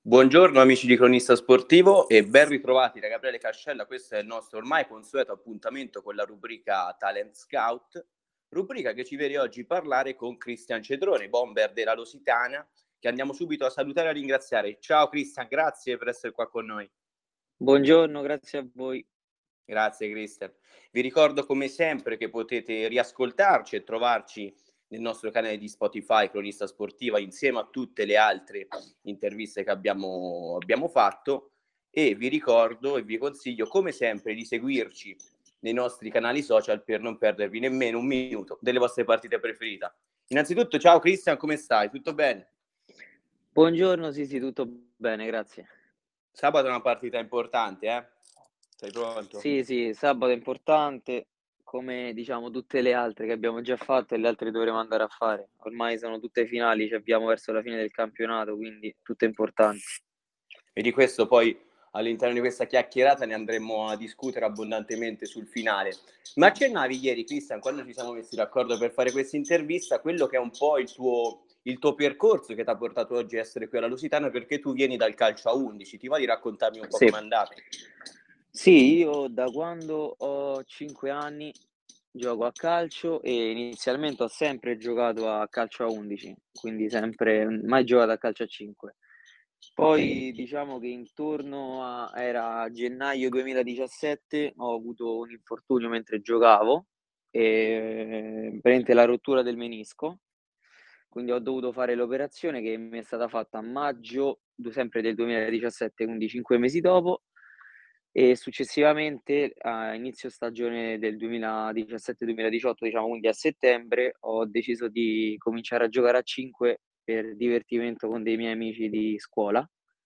Buongiorno amici di Cronista Sportivo e ben ritrovati da Gabriele Cascella. Questo è il nostro ormai consueto appuntamento con la rubrica Talent Scout, rubrica che ci vede oggi parlare con Cristian Cedrone, bomber della Lusitana, che andiamo subito a salutare e a ringraziare. Ciao Cristian, grazie per essere qua con noi. Buongiorno, grazie a voi. Grazie Cristian. Vi ricordo come sempre che potete riascoltarci e trovarci nel nostro canale di Spotify Cronista Sportiva insieme a tutte le altre interviste che abbiamo fatto, e vi ricordo e vi consiglio come sempre di seguirci nei nostri canali social per non perdervi nemmeno un minuto delle vostre partite preferite. Innanzitutto ciao Cristian, come stai? Tutto bene? Buongiorno, sì, tutto bene, grazie. Sabato è una partita importante, Sei pronto? Sì, sabato è importante, come diciamo tutte le altre che abbiamo già fatto e le altre dovremo andare a fare. Ormai sono tutte finali, ci avviamo verso la fine del campionato, quindi tutto importante. E di questo poi all'interno di questa chiacchierata ne andremo a discutere abbondantemente sul finale. Ma accennavi ieri, Cristian, quando ci siamo messi d'accordo per fare questa intervista, quello che è un po' il tuo percorso che ti ha portato oggi a essere qui alla Lusitana, perché tu vieni dal calcio a 11. Ti va di raccontarmi un po' Sì. com'è andato? Sì, io da quando ho 5 anni gioco a calcio e inizialmente ho sempre giocato a calcio a 11, quindi sempre mai giocato a calcio a 5. Poi diciamo che era gennaio 2017, ho avuto un infortunio mentre giocavo, praticamente la rottura del menisco, quindi ho dovuto fare l'operazione che mi è stata fatta a maggio, sempre del 2017, quindi 5 mesi dopo, e successivamente a inizio stagione del 2017-2018, diciamo, quindi a settembre, ho deciso di cominciare a giocare a 5 per divertimento con dei miei amici di scuola.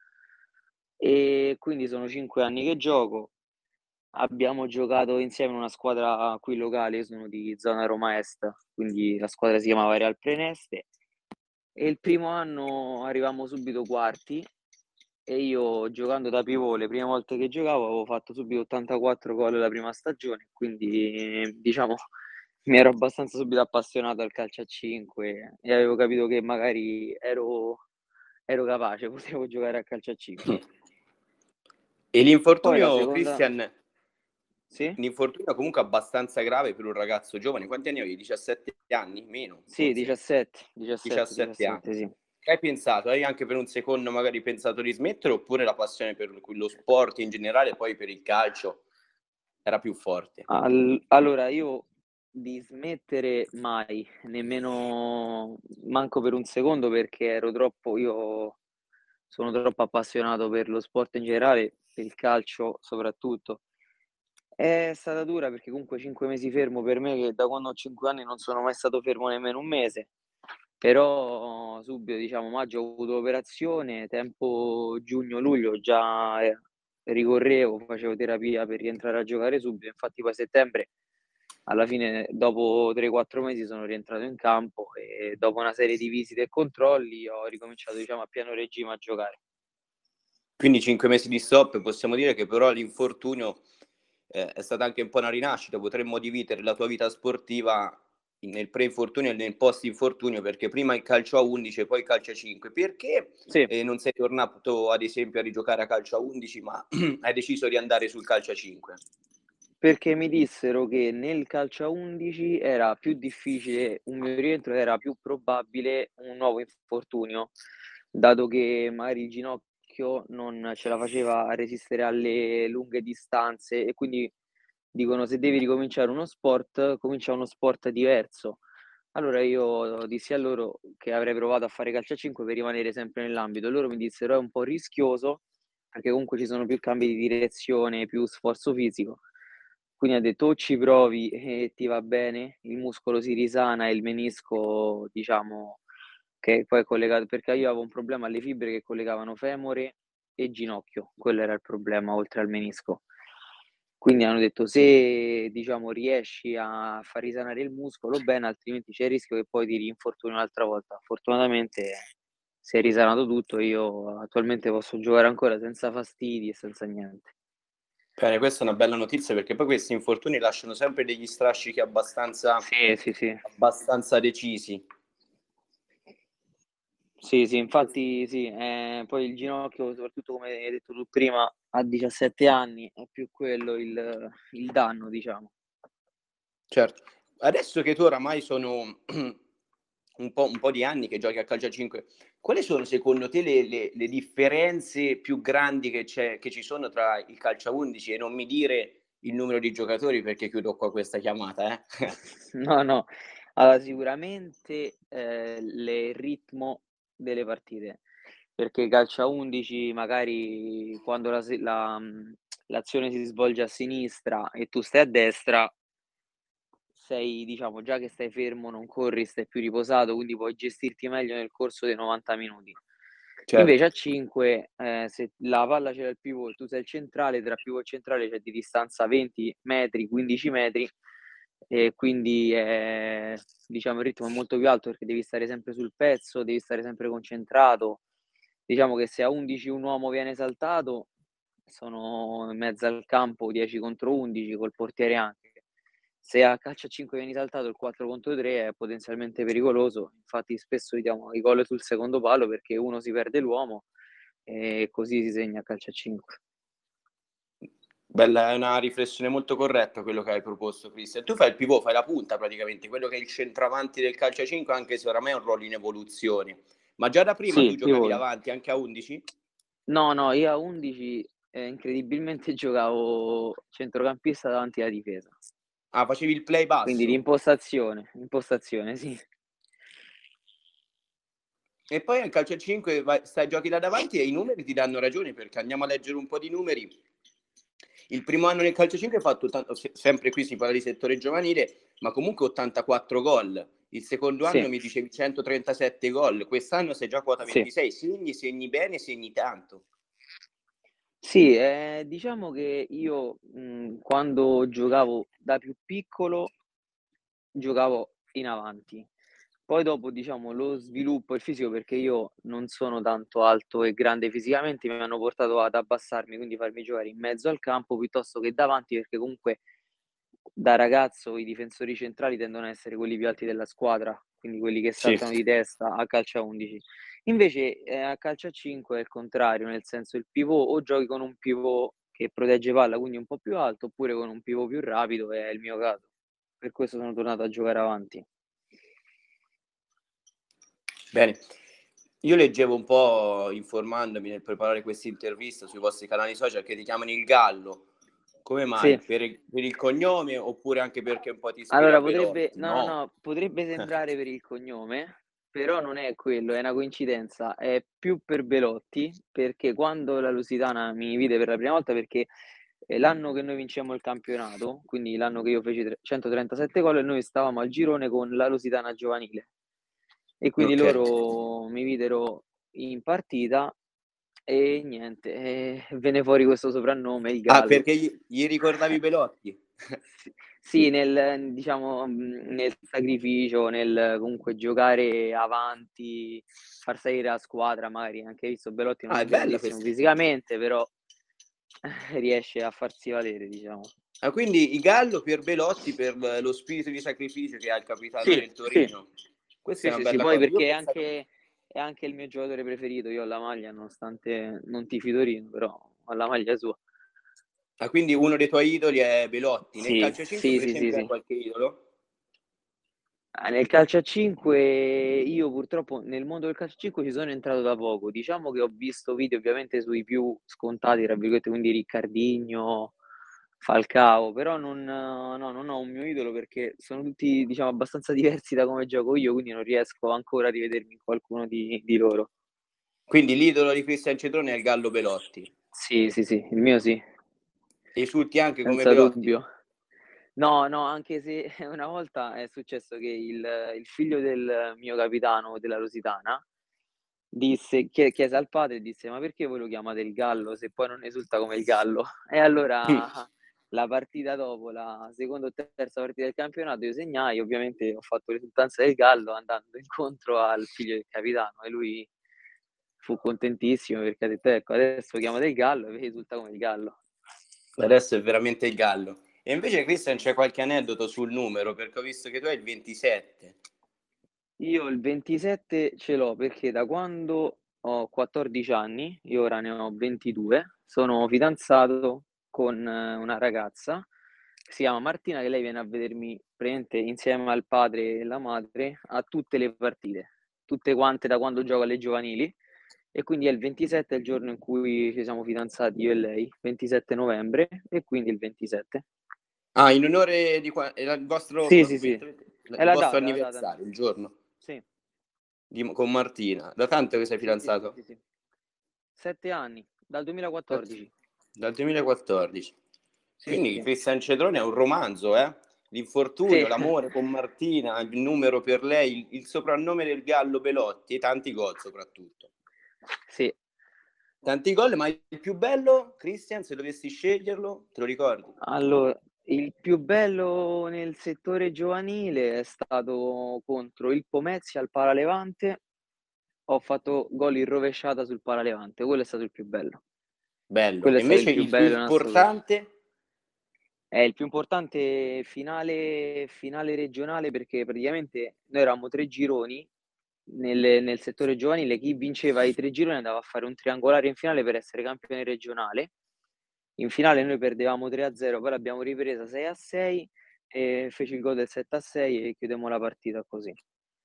E quindi sono 5 anni che gioco. Abbiamo giocato insieme in una squadra qui locale, io sono di zona Roma Est, quindi la squadra si chiamava Real Preneste, e il primo anno arrivammo subito quarti e io, giocando da pivot, le prime volte che giocavo avevo fatto subito 84 gol la prima stagione, quindi diciamo mi ero abbastanza subito appassionato al calcio a 5 e avevo capito che magari ero capace, potevo giocare a calcio a 5. E Poi la l'infortunio, seconda Cristian, Sì? l'infortunio comunque abbastanza grave per un ragazzo giovane. Quanti anni avevi? 17 anni? Meno, Sì, forse? 17, 17 anni. sì. Che hai pensato? Hai anche per un secondo magari pensato di smettere, oppure la passione per lo sport in generale, poi per il calcio, era più forte? Allora io di smettere mai, nemmeno manco per un secondo, perché io sono troppo appassionato per lo sport in generale, per il calcio soprattutto. È stata dura perché comunque 5 mesi fermo per me, che da quando ho 5 anni non sono mai stato fermo nemmeno un mese, però subito, diciamo, maggio ho avuto l'operazione, tempo giugno-luglio già ricorrevo, facevo terapia per rientrare a giocare subito, infatti poi a settembre, alla fine, dopo 3-4 mesi sono rientrato in campo e dopo una serie di visite e controlli ho ricominciato, diciamo, a pieno regime a giocare. Quindi 5 mesi di stop, possiamo dire che però l'infortunio è stata anche un po' una rinascita. Potremmo dividere la tua vita sportiva nel pre-infortunio e nel post-infortunio, perché prima il calcio a 11 e poi il calcio a 5. Perché Sì. non sei tornato ad esempio a rigiocare a calcio a 11, ma hai deciso di andare sul calcio a 5? Perché mi dissero che nel calcio a 11 era più difficile un mio rientro, era più probabile un nuovo infortunio, dato che magari il ginocchio non ce la faceva a resistere alle lunghe distanze, e quindi dicono: se devi ricominciare uno sport, comincia uno sport diverso. Allora io dissi a loro che avrei provato a fare calcio a 5 per rimanere sempre nell'ambito, e loro mi dissero: è un po' rischioso, perché comunque ci sono più cambi di direzione, più sforzo fisico. Quindi ha detto: o ci provi e ti va bene, il muscolo si risana e il menisco, diciamo, che poi è collegato, perché io avevo un problema alle fibre che collegavano femore e ginocchio, quello era il problema oltre al menisco. Quindi hanno detto: se diciamo riesci a far risanare il muscolo, bene, altrimenti c'è il rischio che poi ti rinfortuni un'altra volta. Fortunatamente si è risanato tutto, io attualmente posso giocare ancora senza fastidi e senza niente. Bene, questa è una bella notizia, perché poi questi infortuni lasciano sempre degli strascichi abbastanza Sì. abbastanza decisi. Sì, sì, infatti sì, poi il ginocchio, soprattutto come hai detto tu prima, a 17 anni è più quello il danno, diciamo. Certo. Adesso che tu oramai sono un po' di anni che giochi a calcio a 5, quali sono secondo te le differenze più grandi che ci sono tra il calcio a 11 e non mi dire il numero di giocatori perché chiudo qua questa chiamata, eh. No, no. Allora sicuramente, il ritmo delle partite, perché calcio a 11 magari quando l'azione si svolge a sinistra e tu stai a destra, sei diciamo già che stai fermo, non corri, stai più riposato, quindi puoi gestirti meglio nel corso dei 90 minuti. Invece Certo. a 5, se la palla ce l'ha il pivot e tu sei il centrale, tra pivot e centrale c'è di distanza 20 metri, 15 metri e quindi, diciamo il ritmo è molto più alto perché devi stare sempre sul pezzo, devi stare sempre concentrato. Diciamo che se a 11 un uomo viene saltato, sono in mezzo al campo 10 contro 11 col portiere anche. Se a calcio a 5 vieni saltato il 4 contro 3 è potenzialmente pericoloso, infatti spesso vediamo i gol sul secondo palo perché uno si perde l'uomo e così si segna a calcio a 5. Bella, è una riflessione molto corretta quello che hai proposto, Cristian. Tu fai il pivot, fai la punta praticamente, quello che è il centravanti del calcio a 5, anche se oramai è un ruolo in evoluzione. Ma già da prima Sì, tu il giocavi pivot. davanti anche a 11? No, no, io a 11, incredibilmente giocavo centrocampista davanti alla difesa, Ah, facevi il play quindi basso? impostazione, sì. E poi al calcio a 5 stai giochi là davanti e i numeri ti danno ragione perché andiamo a leggere un po' di numeri. Il primo anno nel calcio a 5 hai fatto sempre qui si parla di settore giovanile, ma comunque 84 gol. Il secondo Sì, anno mi dicevi 137 gol, quest'anno sei già a quota sì. 26, segni bene, segni tanto. Sì, diciamo che io, quando giocavo da più piccolo, giocavo in avanti. Poi dopo, diciamo, lo sviluppo e il fisico, perché io non sono tanto alto e grande fisicamente, mi hanno portato ad abbassarmi, quindi farmi giocare in mezzo al campo piuttosto che davanti, perché comunque da ragazzo i difensori centrali tendono a essere quelli più alti della squadra, quindi quelli che Sì. saltano di testa a calcio a 11. Invece, a calcio a 5 è il contrario, nel senso il pivot o giochi con un pivot che protegge palla, quindi un po' più alto, oppure con un pivot più rapido, è il mio caso. Per questo sono tornato a giocare avanti. Bene. Io leggevo un po' informandomi nel preparare questa intervista sui vostri canali social che ti chiamano il Gallo. Come Sì. mai? Per il cognome oppure anche perché un po' ti ispira a Allora potrebbe Belotti? no, no, No. no, potrebbe sembrare per il cognome, però non è quello, è una coincidenza, è più per Belotti, perché quando la Lusitana mi vide per la prima volta perché, l'anno che noi vincemmo il campionato, quindi l'anno che io feci 137 gol e noi stavamo al girone con la Lusitana giovanile. E quindi Ok. loro mi videro in partita e niente, venne fuori questo soprannome, il Ah, Gallo. perché gli ricordavi Belotti? Sì, nel diciamo, nel sacrificio, nel comunque giocare avanti, far salire la squadra, magari anche visto Belotti non Ah, è è bella grandissimo questa. fisicamente, però riesce a farsi valere, diciamo. Ah, quindi i Gallo per Belotti, per lo spirito di sacrificio che ha il capitano Sì, del sì. Torino. Questa Sì, è una sì, sì, bella poi cosa. Io perché pensavo... è anche il mio giocatore preferito. Io ho la maglia, nonostante non tifi Torino, però ho la maglia sua. Ah, quindi uno dei tuoi idoli è Belotti. Nel Sì, calcio 5, sì, per sì, sì, esempio, hai sì. qualche idolo? Nel calcio a 5 io purtroppo nel mondo del calcio a 5 ci sono entrato da poco. Diciamo che ho visto video ovviamente sui più "scontati", tra virgolette, quindi Riccardinho, Falcao, però no, non ho un mio idolo perché sono tutti, diciamo, abbastanza diversi da come gioco io, quindi non riesco ancora a rivedermi in qualcuno di loro. Quindi l'idolo di Cristian Cetrone è il Gallo Belotti. Sì, sì, sì, il mio sì, Esulti anche come senza Belotti? dubbio. No, no, anche se una volta è successo che il figlio del mio capitano della Lusitana chiese al padre e disse: "Ma perché voi lo chiamate il Gallo se poi non esulta come il Gallo?" E allora la partita dopo, la seconda o terza partita del campionato, io segnai, ovviamente ho fatto l'esultanza del Gallo andando incontro al figlio del capitano e lui fu contentissimo perché ha detto: "Ecco, adesso chiamate il Gallo e esulta come il Gallo." Adesso è veramente il Gallo. E invece, Cristian, c'è qualche aneddoto sul numero? Perché ho visto che tu hai il 27. Io il 27 ce l'ho perché da quando ho 14 anni, io ora ne ho 22, sono fidanzato con una ragazza che si chiama Martina, che lei viene a vedermi praticamente insieme al padre e la madre a tutte le partite, tutte quante da quando gioco alle giovanili. E quindi è il 27 è il giorno in cui ci siamo fidanzati io e lei, 27 novembre, e quindi il 27. Ah, in onore di qua era il vostro Sì, sì, sì, è il vostro la data. anniversario, il giorno Sì, con Martina. Da tanto che sei sì, sì, sì, fidanzato? sì, sì. 7 anni, dal Da 2014. dal 2014. Sì, sì, Quindi sì. Christian Cedrone è un romanzo, eh? Sì, L'infortunio, l'amore con Martina, il numero per lei, il soprannome del Gallo Belotti e tanti gol soprattutto. sì. Tanti gol, ma il più bello, Christian, se dovessi sceglierlo, te lo ricordi? Allora, il più bello nel settore giovanile è stato contro il Pomezia al Paralevante. Ho fatto gol in rovesciata sul Paralevante, quello è stato il più bello. Bello. Quello è E stato il invece più il più bello in assoluto. importante? È il più importante finale regionale perché praticamente noi eravamo 3 gironi nel settore giovanile, chi vinceva i 3 gironi andava a fare un triangolare in finale per essere campione regionale. In finale noi perdevamo 3-0, poi l'abbiamo ripresa 6-6 e feci il gol del 7-6 e chiudemmo la partita così.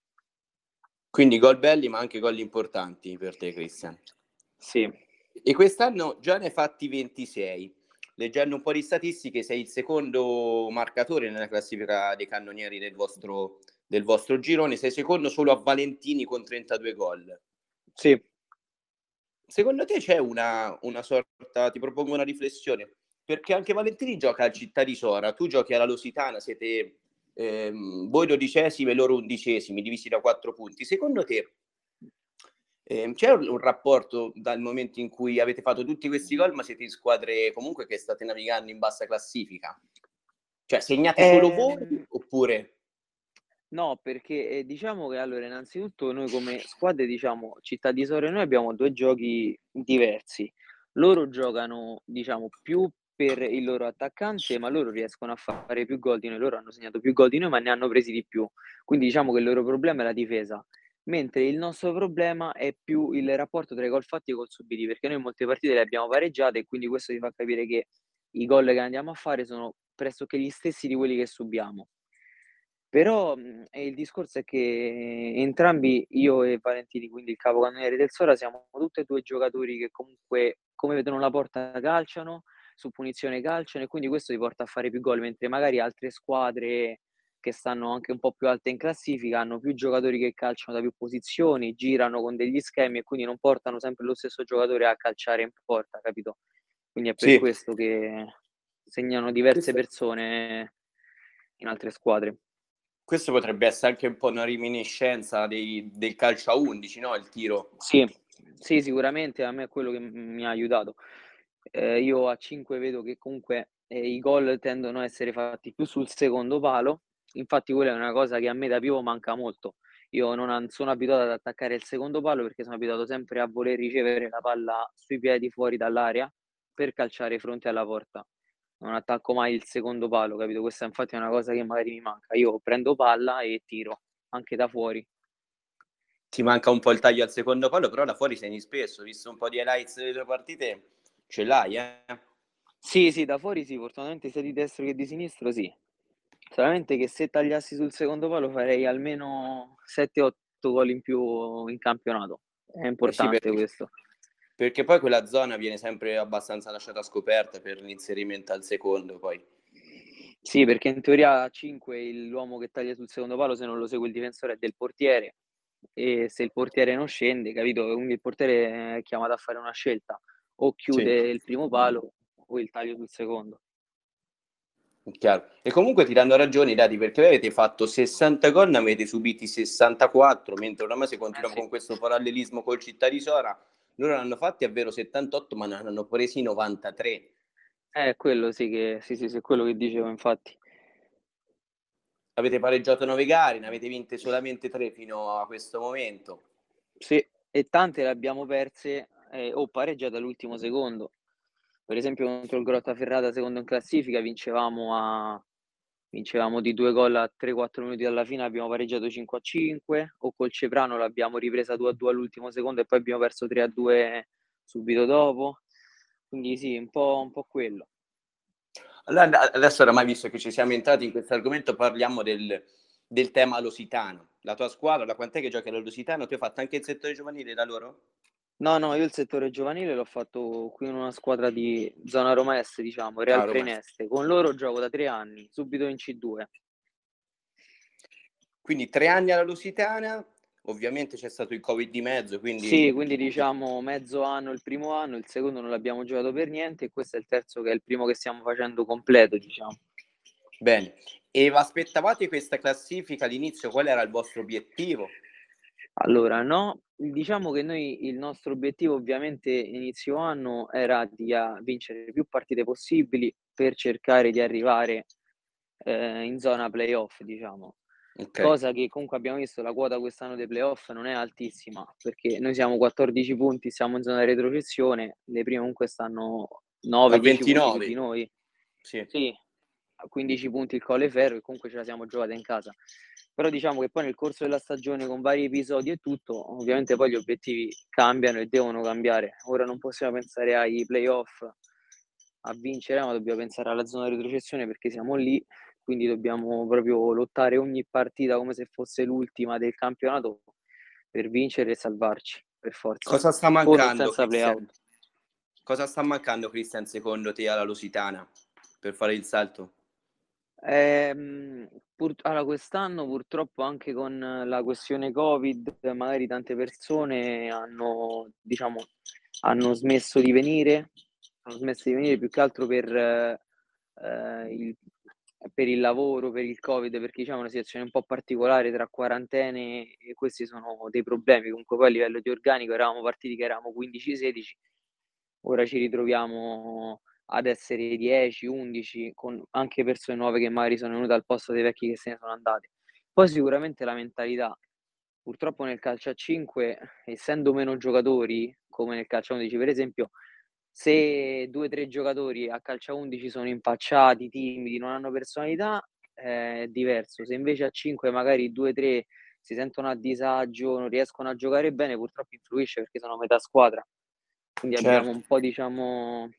Quindi gol belli, ma anche gol importanti per te, Christian. Sì. E quest'anno già ne hai fatti 26. Leggendo un po' di statistiche, sei il secondo marcatore nella classifica dei cannonieri del vostro girone, sei secondo solo a Valentini con 32 gol. Sì. Secondo te c'è una sorta, ti propongo una riflessione, perché anche Valentini gioca al Città di Sora, tu giochi alla Lusitana, siete voi 12esimi e loro 11esimi, divisi da 4 punti. Secondo te c'è un rapporto dal momento in cui avete fatto tutti questi gol, ma siete in squadre comunque che state navigando in bassa classifica? Cioè, segnate solo voi Ehm oppure... No, perché, diciamo che allora innanzitutto noi come squadre, diciamo, Città di Sora e noi abbiamo 2 giochi diversi. Loro giocano, diciamo, più per il loro attaccante, ma loro riescono a fare più gol di noi. Loro hanno segnato più gol di noi, ma ne hanno presi di più. Quindi diciamo che il loro problema è la difesa, mentre il nostro problema è più il rapporto tra i gol fatti e i gol subiti, perché noi molte partite le abbiamo pareggiate e quindi questo ti fa capire che i gol che andiamo a fare sono pressoché gli stessi di quelli che subiamo. Però, il discorso è che entrambi, io e Valentini, quindi il capocannoniere del Sora, siamo tutti e 2 giocatori che comunque, come vedono la porta calciano, su punizione calciano e quindi questo ti porta a fare più gol, mentre magari altre squadre che stanno anche un po' più alte in classifica hanno più giocatori che calciano da più posizioni, girano con degli schemi e quindi non portano sempre lo stesso giocatore a calciare in porta, capito? Quindi è per Sì, questo che segnano diverse questo, persone in altre squadre. questo potrebbe essere anche un po' una reminiscenza del calcio a 11, no? Il tiro. Sì, sì, sicuramente a me è quello che mi ha aiutato. Io a 5 vedo che comunque, i gol tendono a essere fatti più sul secondo palo, infatti quella è una cosa che a me da pivot manca molto. Io non sono abituato ad attaccare il secondo palo perché sono abituato sempre a voler ricevere la palla sui piedi fuori dall'area per calciare fronte alla porta. Non attacco mai il secondo palo, capito? Questa infatti è una cosa che magari mi manca. Io prendo palla e tiro, anche da fuori. Ti manca un po' il taglio al secondo palo, però da fuori segni spesso, visto un po' di highlights delle tue partite, ce l'hai, eh? Sì, sì, da fuori sì, fortunatamente sia di destro che di sinistro sì. Solamente che se tagliassi sul secondo palo farei almeno 7, 8 gol in più in campionato. È Eh sì, importante questo. perché poi quella zona viene sempre abbastanza lasciata scoperta per l'inserimento al secondo, poi. Sì, perché in teoria a 5 l'uomo che taglia sul secondo palo, se non lo segue il difensore, è del portiere. E se il portiere non scende, capito? Quindi il portiere è chiamato a fare una scelta: o Sì, chiude il primo palo o il taglio sul secondo. chiaro. E comunque ti danno ragione i dati, perché voi avete fatto 60 gol, ne avete subiti 64, mentre oramai se Eh continuiamo sì. con questo parallelismo col Città di Sora, loro ne hanno fatti è vero 78, ma ne hanno presi 93. Quello sì che sì, sì, sì, è quello che dicevo infatti. Avete pareggiato 9 gare, ne avete vinte solamente 3 fino a questo momento. Sì, e tante le abbiamo perse, o pareggiate all'ultimo secondo. Per esempio contro il Grottaferrata secondo in classifica vincevamo vincevamo di 2 gol a 3-4 minuti dalla fine, abbiamo pareggiato 5-5, o col Ceprano l'abbiamo ripresa 2-2 all'ultimo secondo e poi abbiamo perso 3-2 subito dopo. Quindi sì, un po' quello. Allora, adesso oramai, visto che ci siamo entrati in questo argomento, parliamo del tema Lusitano. La tua squadra, da quant'è che giochi alla Lusitano? Tu hai fatto anche il settore giovanile da loro? No, io il settore giovanile l'ho fatto qui in una squadra di zona Roma Est, diciamo, Real Ah, Roma Est. Praeneste. Con loro gioco da 3 anni, subito in C2. Quindi 3 anni alla Lusitana, ovviamente c'è stato il Covid di mezzo, Sì, quindi quindi diciamo mezzo anno il primo anno, il secondo non l'abbiamo giocato per niente e questo è il terzo che è il primo che stiamo facendo completo, diciamo. bene. E aspettavate questa classifica all'inizio? Qual era il vostro obiettivo? Allora, no, diciamo che noi il nostro obiettivo ovviamente inizio anno era di vincere più partite possibili per cercare di arrivare in zona playoff, diciamo. Ok. Cosa che comunque abbiamo visto, la quota quest'anno dei playoff non è altissima, perché noi siamo 14 punti, siamo in zona retrocessione, le prime comunque stanno A 9-10 punti su 29? di noi. Sì. Sì, a 15 punti il Colleferro e comunque ce la siamo giocata in casa. Però diciamo che poi nel corso della stagione, con vari episodi e tutto, ovviamente poi gli obiettivi cambiano e devono cambiare. Ora non possiamo pensare ai playoff a vincere, ma dobbiamo pensare alla zona di retrocessione perché siamo lì, quindi dobbiamo proprio lottare ogni partita come se fosse l'ultima del campionato per vincere e salvarci, per forza. Cosa sta Con o mancando, senza Christian? play-out. Cosa sta mancando, Christian, secondo te alla Lusitana per fare il salto? Allora quest'anno purtroppo anche con la questione Covid, magari tante persone hanno, diciamo, hanno smesso di venire, più che altro il per il lavoro, per il Covid, perché diciamo è una situazione un po' particolare tra quarantene e questi sono dei problemi. Comunque poi a livello di organico eravamo partiti che eravamo 15, 16, ora ci ritroviamo ad essere 10, 11, con anche persone nuove che magari sono venute al posto dei vecchi che se ne sono andati. Poi sicuramente la mentalità. Purtroppo nel calcio a 5, essendo meno giocatori, come nel calcio a 11 per esempio, se 2, 3 giocatori a calcio a 11 sono impacciati, timidi, non hanno personalità, è diverso. Se invece a 5 magari 2, 3 si sentono a disagio, non riescono a giocare bene, purtroppo influisce perché sono metà squadra. Quindi abbiamo Certo. un po' diciamo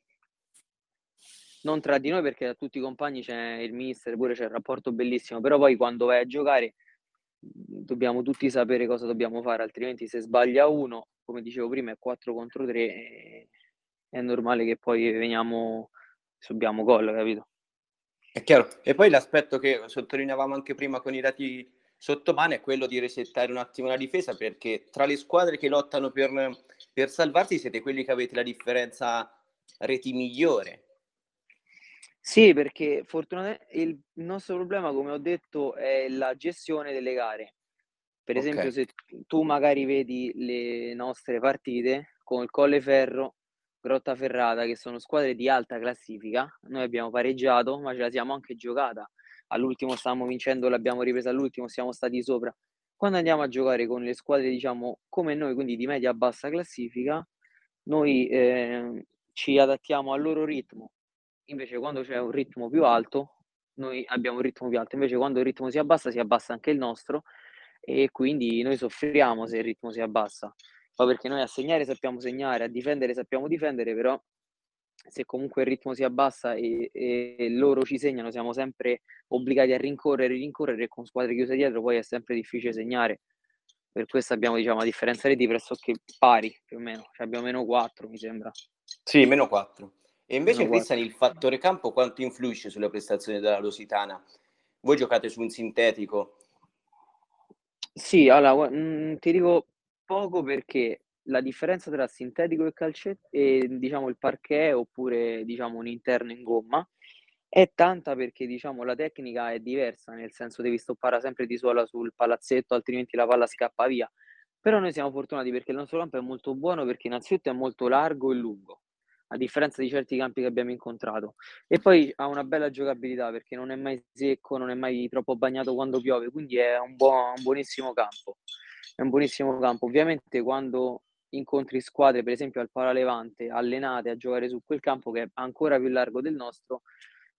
non tra di noi perché tra tutti i compagni c'è il mister, pure c'è il rapporto bellissimo, però poi quando vai a giocare, dobbiamo tutti sapere cosa dobbiamo fare, altrimenti se sbaglia uno, come dicevo prima, è 4 contro 3 e è normale che poi veniamo subiamo gol, capito? È chiaro. E poi l'aspetto che sottolineavamo anche prima con i dati sotto mano è quello di resettare un attimo la difesa, perché tra le squadre che lottano per salvarsi siete quelli che avete la differenza reti migliore. Sì, perché il nostro problema, come ho detto, è la gestione delle gare. Per Ok, esempio, se tu magari vedi le nostre partite con il Colleferro, Grottaferrata, che sono squadre di alta classifica, noi abbiamo pareggiato, ma ce la siamo anche giocata. All'ultimo stavamo vincendo, l'abbiamo ripresa all'ultimo, siamo stati sopra. Quando andiamo a giocare con le squadre, diciamo, come noi, quindi di media-bassa classifica, noi ci adattiamo al loro ritmo. Invece quando c'è un ritmo più alto, noi abbiamo un ritmo più alto, invece quando il ritmo si abbassa anche il nostro e quindi noi soffriamo se il ritmo si abbassa. Poi perché noi a segnare sappiamo segnare, a difendere sappiamo difendere, però se comunque il ritmo si abbassa e loro ci segnano, siamo sempre obbligati a rincorrere, rincorrere e con squadre chiuse dietro poi è sempre difficile segnare. Per questo abbiamo, diciamo, a differenza reti pressoché pari, più o meno, cioè abbiamo -4 mi sembra, sì, meno 4. E invece, Cristian, -4. il fattore campo quanto influisce sulle prestazioni della Lusitana? Voi giocate su un sintetico, Sì, allora ti dico poco perché la differenza tra sintetico e diciamo il parquet oppure diciamo un interno in gomma è tanta perché diciamo la tecnica è diversa, nel senso devi stoppare sempre di suola sul palazzetto, altrimenti la palla scappa via. Però noi siamo fortunati perché il nostro campo è molto buono perché innanzitutto è molto largo e lungo, a differenza di certi campi che abbiamo incontrato. E poi ha una bella giocabilità perché non è mai secco, non è mai troppo bagnato quando piove, quindi è un buonissimo campo. È un buonissimo campo. Ovviamente quando incontri squadre, per esempio al Palalevante, allenate a giocare su quel campo che è ancora più largo del nostro,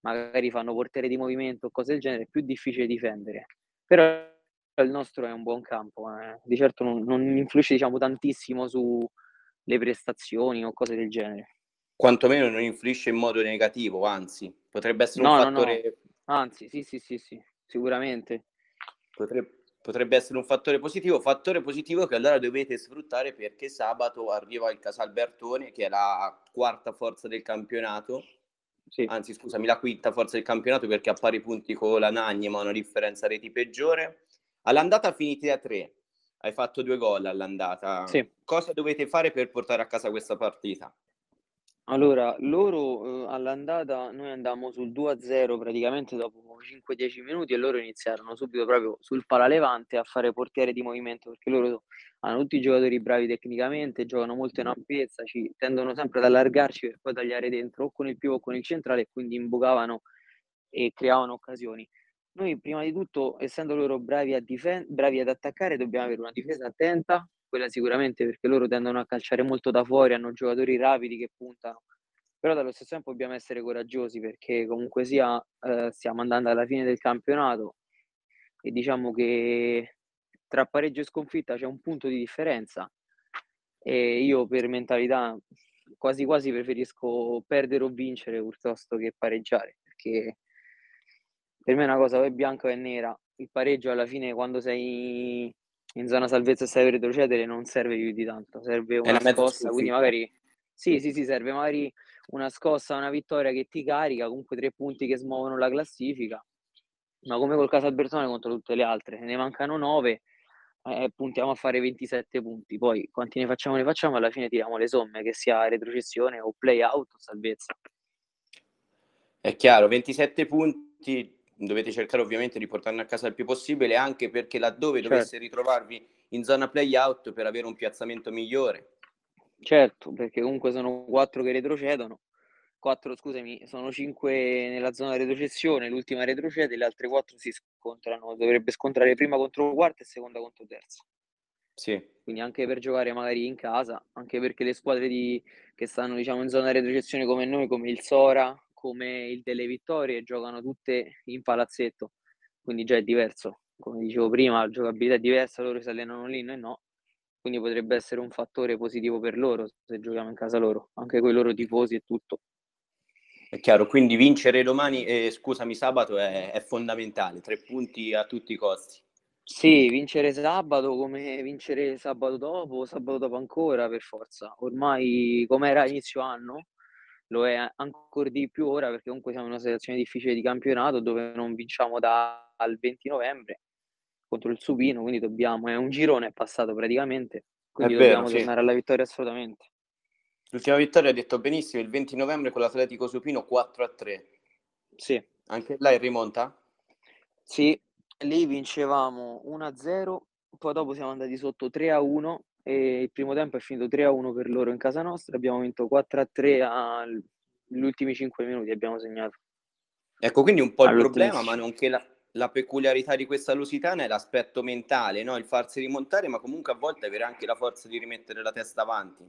magari fanno portiere di movimento o cose del genere, è più difficile difendere. Però il nostro è un buon campo, di certo non influisce, diciamo, tantissimo sulle prestazioni o cose del genere. Quantomeno non influisce in modo negativo, anzi, potrebbe essere un No, no, no, fattore, anzi, sì, sicuramente. potrebbe essere un fattore positivo che allora dovete sfruttare, perché sabato arriva il Casalbertone, che è la quarta forza del campionato, Sì. anzi scusami, la quinta forza del campionato, perché ha pari punti con la Nagni, ma una differenza reti peggiore. All'andata finite a 3, hai fatto 2 gol all'andata. Sì. Cosa dovete fare per portare a casa questa partita? Allora, loro, all'andata noi andammo sul 2-0 praticamente dopo 5, 10 minuti, e loro iniziarono subito proprio sul palla levante a fare portiere di movimento, perché loro hanno tutti i giocatori bravi tecnicamente, giocano molto in ampiezza, ci tendono sempre ad allargarci per poi tagliare dentro o con il pivot o con il centrale, e quindi imbucavano e creavano occasioni. Noi prima di tutto, essendo loro bravi ad attaccare, dobbiamo avere una difesa attenta, quella sicuramente, perché loro tendono a calciare molto da fuori, hanno giocatori rapidi che puntano. Però dallo stesso tempo dobbiamo essere coraggiosi, perché comunque sia, stiamo andando alla fine del campionato e diciamo che tra pareggio e sconfitta c'è un punto di differenza, e io per mentalità quasi quasi preferisco perdere o vincere piuttosto che pareggiare, perché per me è una cosa o è bianca o è nera. Il pareggio alla fine, quando sei in zona salvezza e stai per retrocedere, non serve più di tanto, serve È una una mezza scossa, quindi sconfitta. magari sì, serve magari una scossa, una vittoria che ti carica, comunque 3 punti che smuovono la classifica, ma come col Casalbertone contro tutte le altre, ne mancano 9, puntiamo a fare 27 punti, poi quanti ne facciamo, alla fine tiriamo le somme, che sia retrocessione o play out o salvezza. È chiaro, 27 punti dovete cercare ovviamente di portarne a casa il più possibile, anche perché laddove dovesse Certo. ritrovarvi in zona play-out, per avere un piazzamento migliore. Certo, perché comunque sono 4 che retrocedono, 4 scusami, sono 5 nella zona retrocessione, l'ultima retrocede, le altre 4 si scontrano, dovrebbe scontrare prima contro quarta e seconda contro terza. Sì, Quindi anche per giocare magari in casa, anche perché le squadre che stanno, diciamo, in zona retrocessione come noi, come il Sora, come il Delle Vittorie, giocano tutte in palazzetto, quindi già è diverso. Come dicevo prima, la giocabilità è diversa, loro si allenano lì, noi no. Quindi potrebbe essere un fattore positivo per loro se giochiamo in casa loro, anche coi loro tifosi e tutto. è chiaro. Quindi vincere domani, scusami, sabato è fondamentale. 3 punti a tutti i costi. Sì, vincere sabato come vincere sabato dopo ancora per forza. Ormai come era inizio anno, lo è ancor di più ora, perché comunque siamo in una situazione difficile di campionato dove non vinciamo dal 20 novembre contro il Supino, quindi dobbiamo è un girone è passato praticamente, È quindi vero, dobbiamo sì. tornare alla vittoria assolutamente. L'ultima vittoria, hai detto benissimo, il 20 novembre con l'Atletico Supino 4-3. Sì. Anche là in rimonta? Sì, lì vincevamo 1-0, poi dopo siamo andati sotto 3-1 e il primo tempo è finito 3-1 per loro in casa nostra, abbiamo vinto 4-3 agli ultimi 5 minuti abbiamo segnato, Ecco, quindi un po' il problema, ma all'ultimissimo. nonché la peculiarità di questa Lusitana è l'aspetto mentale, no? Il farsi rimontare, ma comunque a volte avere anche la forza di rimettere la testa avanti.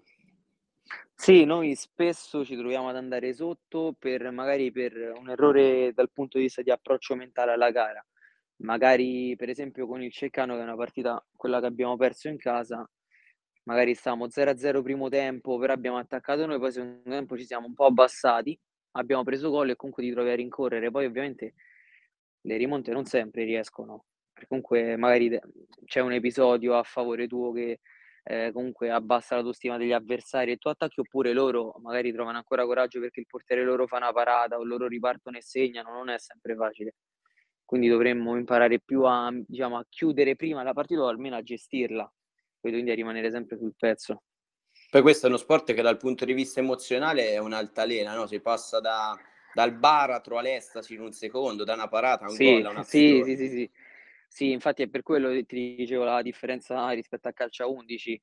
Sì, noi spesso ci troviamo ad andare sotto magari per un errore dal punto di vista di approccio mentale alla gara. Magari per esempio con il Ceccano, che è una partita quella che abbiamo perso in casa, magari stavamo 0-0 primo tempo, però abbiamo attaccato noi, poi secondo tempo ci siamo un po' abbassati, abbiamo preso gol e comunque ti trovi a rincorrere. Poi ovviamente le rimonte non sempre riescono, perché comunque magari c'è un episodio a favore tuo che comunque abbassa l'autostima degli avversari e tu attacchi, oppure loro magari trovano ancora coraggio perché il portiere loro fa una parata o loro ripartono e segnano, non è sempre facile. Quindi dovremmo imparare più a, diciamo, a chiudere prima la partita o almeno a gestirla, quindi a rimanere sempre sul pezzo. Poi questo è uno sport che dal punto di vista emozionale è un'altalena, no? Si passa dal baratro all'estasi in un secondo, da una parata a un gol, Sì, a sì, un'azione. sì, sì, sì. Sì, infatti è per quello che ti dicevo la differenza rispetto a calcio a 11.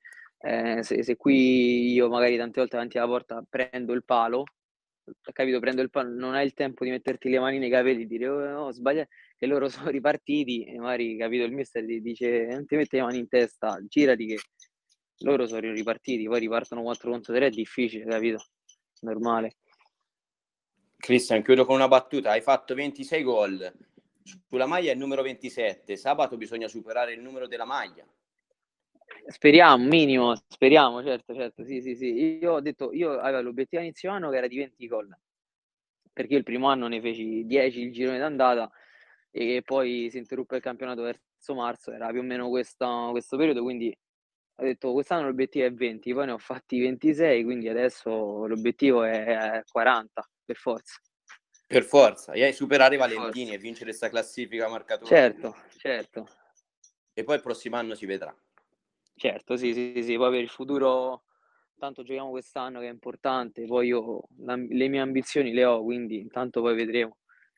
Se qui io magari tante volte davanti alla porta prendo il palo, capito, prendo il palo, non hai il tempo di metterti le mani nei capelli e dire: "Oh, no, ho sbaglia", e loro sono ripartiti e magari, capito, il mister ti dice: "Non ti metti le mani in testa, girati che" loro sono ripartiti, poi ripartono 4 contro 3 è difficile, capito? Normale. Cristian, chiudo con una battuta. Hai fatto 26 gol. Sulla maglia è il numero 27. Sabato bisogna superare il numero della maglia. Speriamo, minimo, speriamo, certo, sì, sì, sì. Io ho detto, io avevo l'obiettivo a inizio anno che era di 20 gol, perché io il primo anno ne feci 10 il girone d'andata e poi si interruppe il campionato verso marzo, era più o meno questo periodo, quindi ho detto quest'anno l'obiettivo è 20, poi ne ho fatti 26, quindi adesso l'obiettivo è 40, per forza. Per forza, e superare Per Valentini forza. e vincere questa classifica marcatore. Certo, certo. E poi il prossimo anno si vedrà. Certo, sì, sì, sì, poi per il futuro tanto giochiamo quest'anno che è importante, poi io le mie ambizioni le ho, quindi intanto poi vedremo.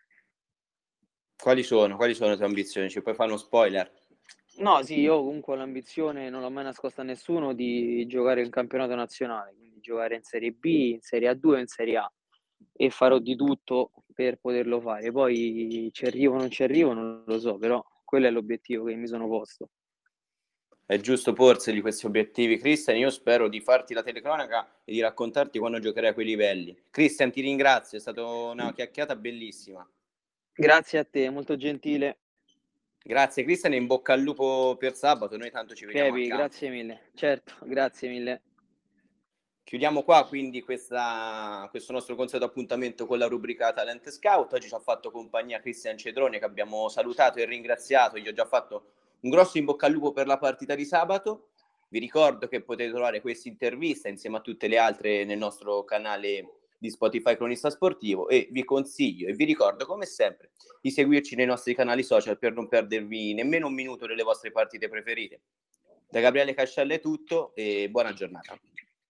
Quali sono? Quali sono le tue ambizioni? Ci puoi fare uno spoiler? No, sì, io comunque ho l'ambizione, non l'ho mai nascosta a nessuno, di giocare in campionato nazionale, quindi giocare in Serie B, in Serie A2 e in Serie A e farò di tutto per poterlo fare. Poi ci arrivo o non ci arrivo, non lo so, però quello è l'obiettivo che mi sono posto. È giusto porseli questi obiettivi, Cristian. Io spero di farti la telecronaca e di raccontarti quando giocherai a quei livelli. Cristian, ti ringrazio, è stata una chiacchierata bellissima. Grazie a te, molto gentile. Grazie Cristian e in bocca al lupo per sabato, noi tanto ci vediamo a Pepi, campo. grazie mille. Certo, grazie mille. Chiudiamo qua quindi questo nostro consueto appuntamento con la rubrica Talent Scout. Oggi ci ha fatto compagnia Cristian Cedrone che abbiamo salutato e ringraziato. Gli ho già fatto un grosso in bocca al lupo per la partita di sabato. Vi ricordo che potete trovare questa intervista insieme a tutte le altre nel nostro canale di Spotify Cronista Sportivo e vi consiglio e vi ricordo come sempre di seguirci nei nostri canali social per non perdervi nemmeno un minuto delle vostre partite preferite. Da Gabriele Cascella è tutto e buona giornata.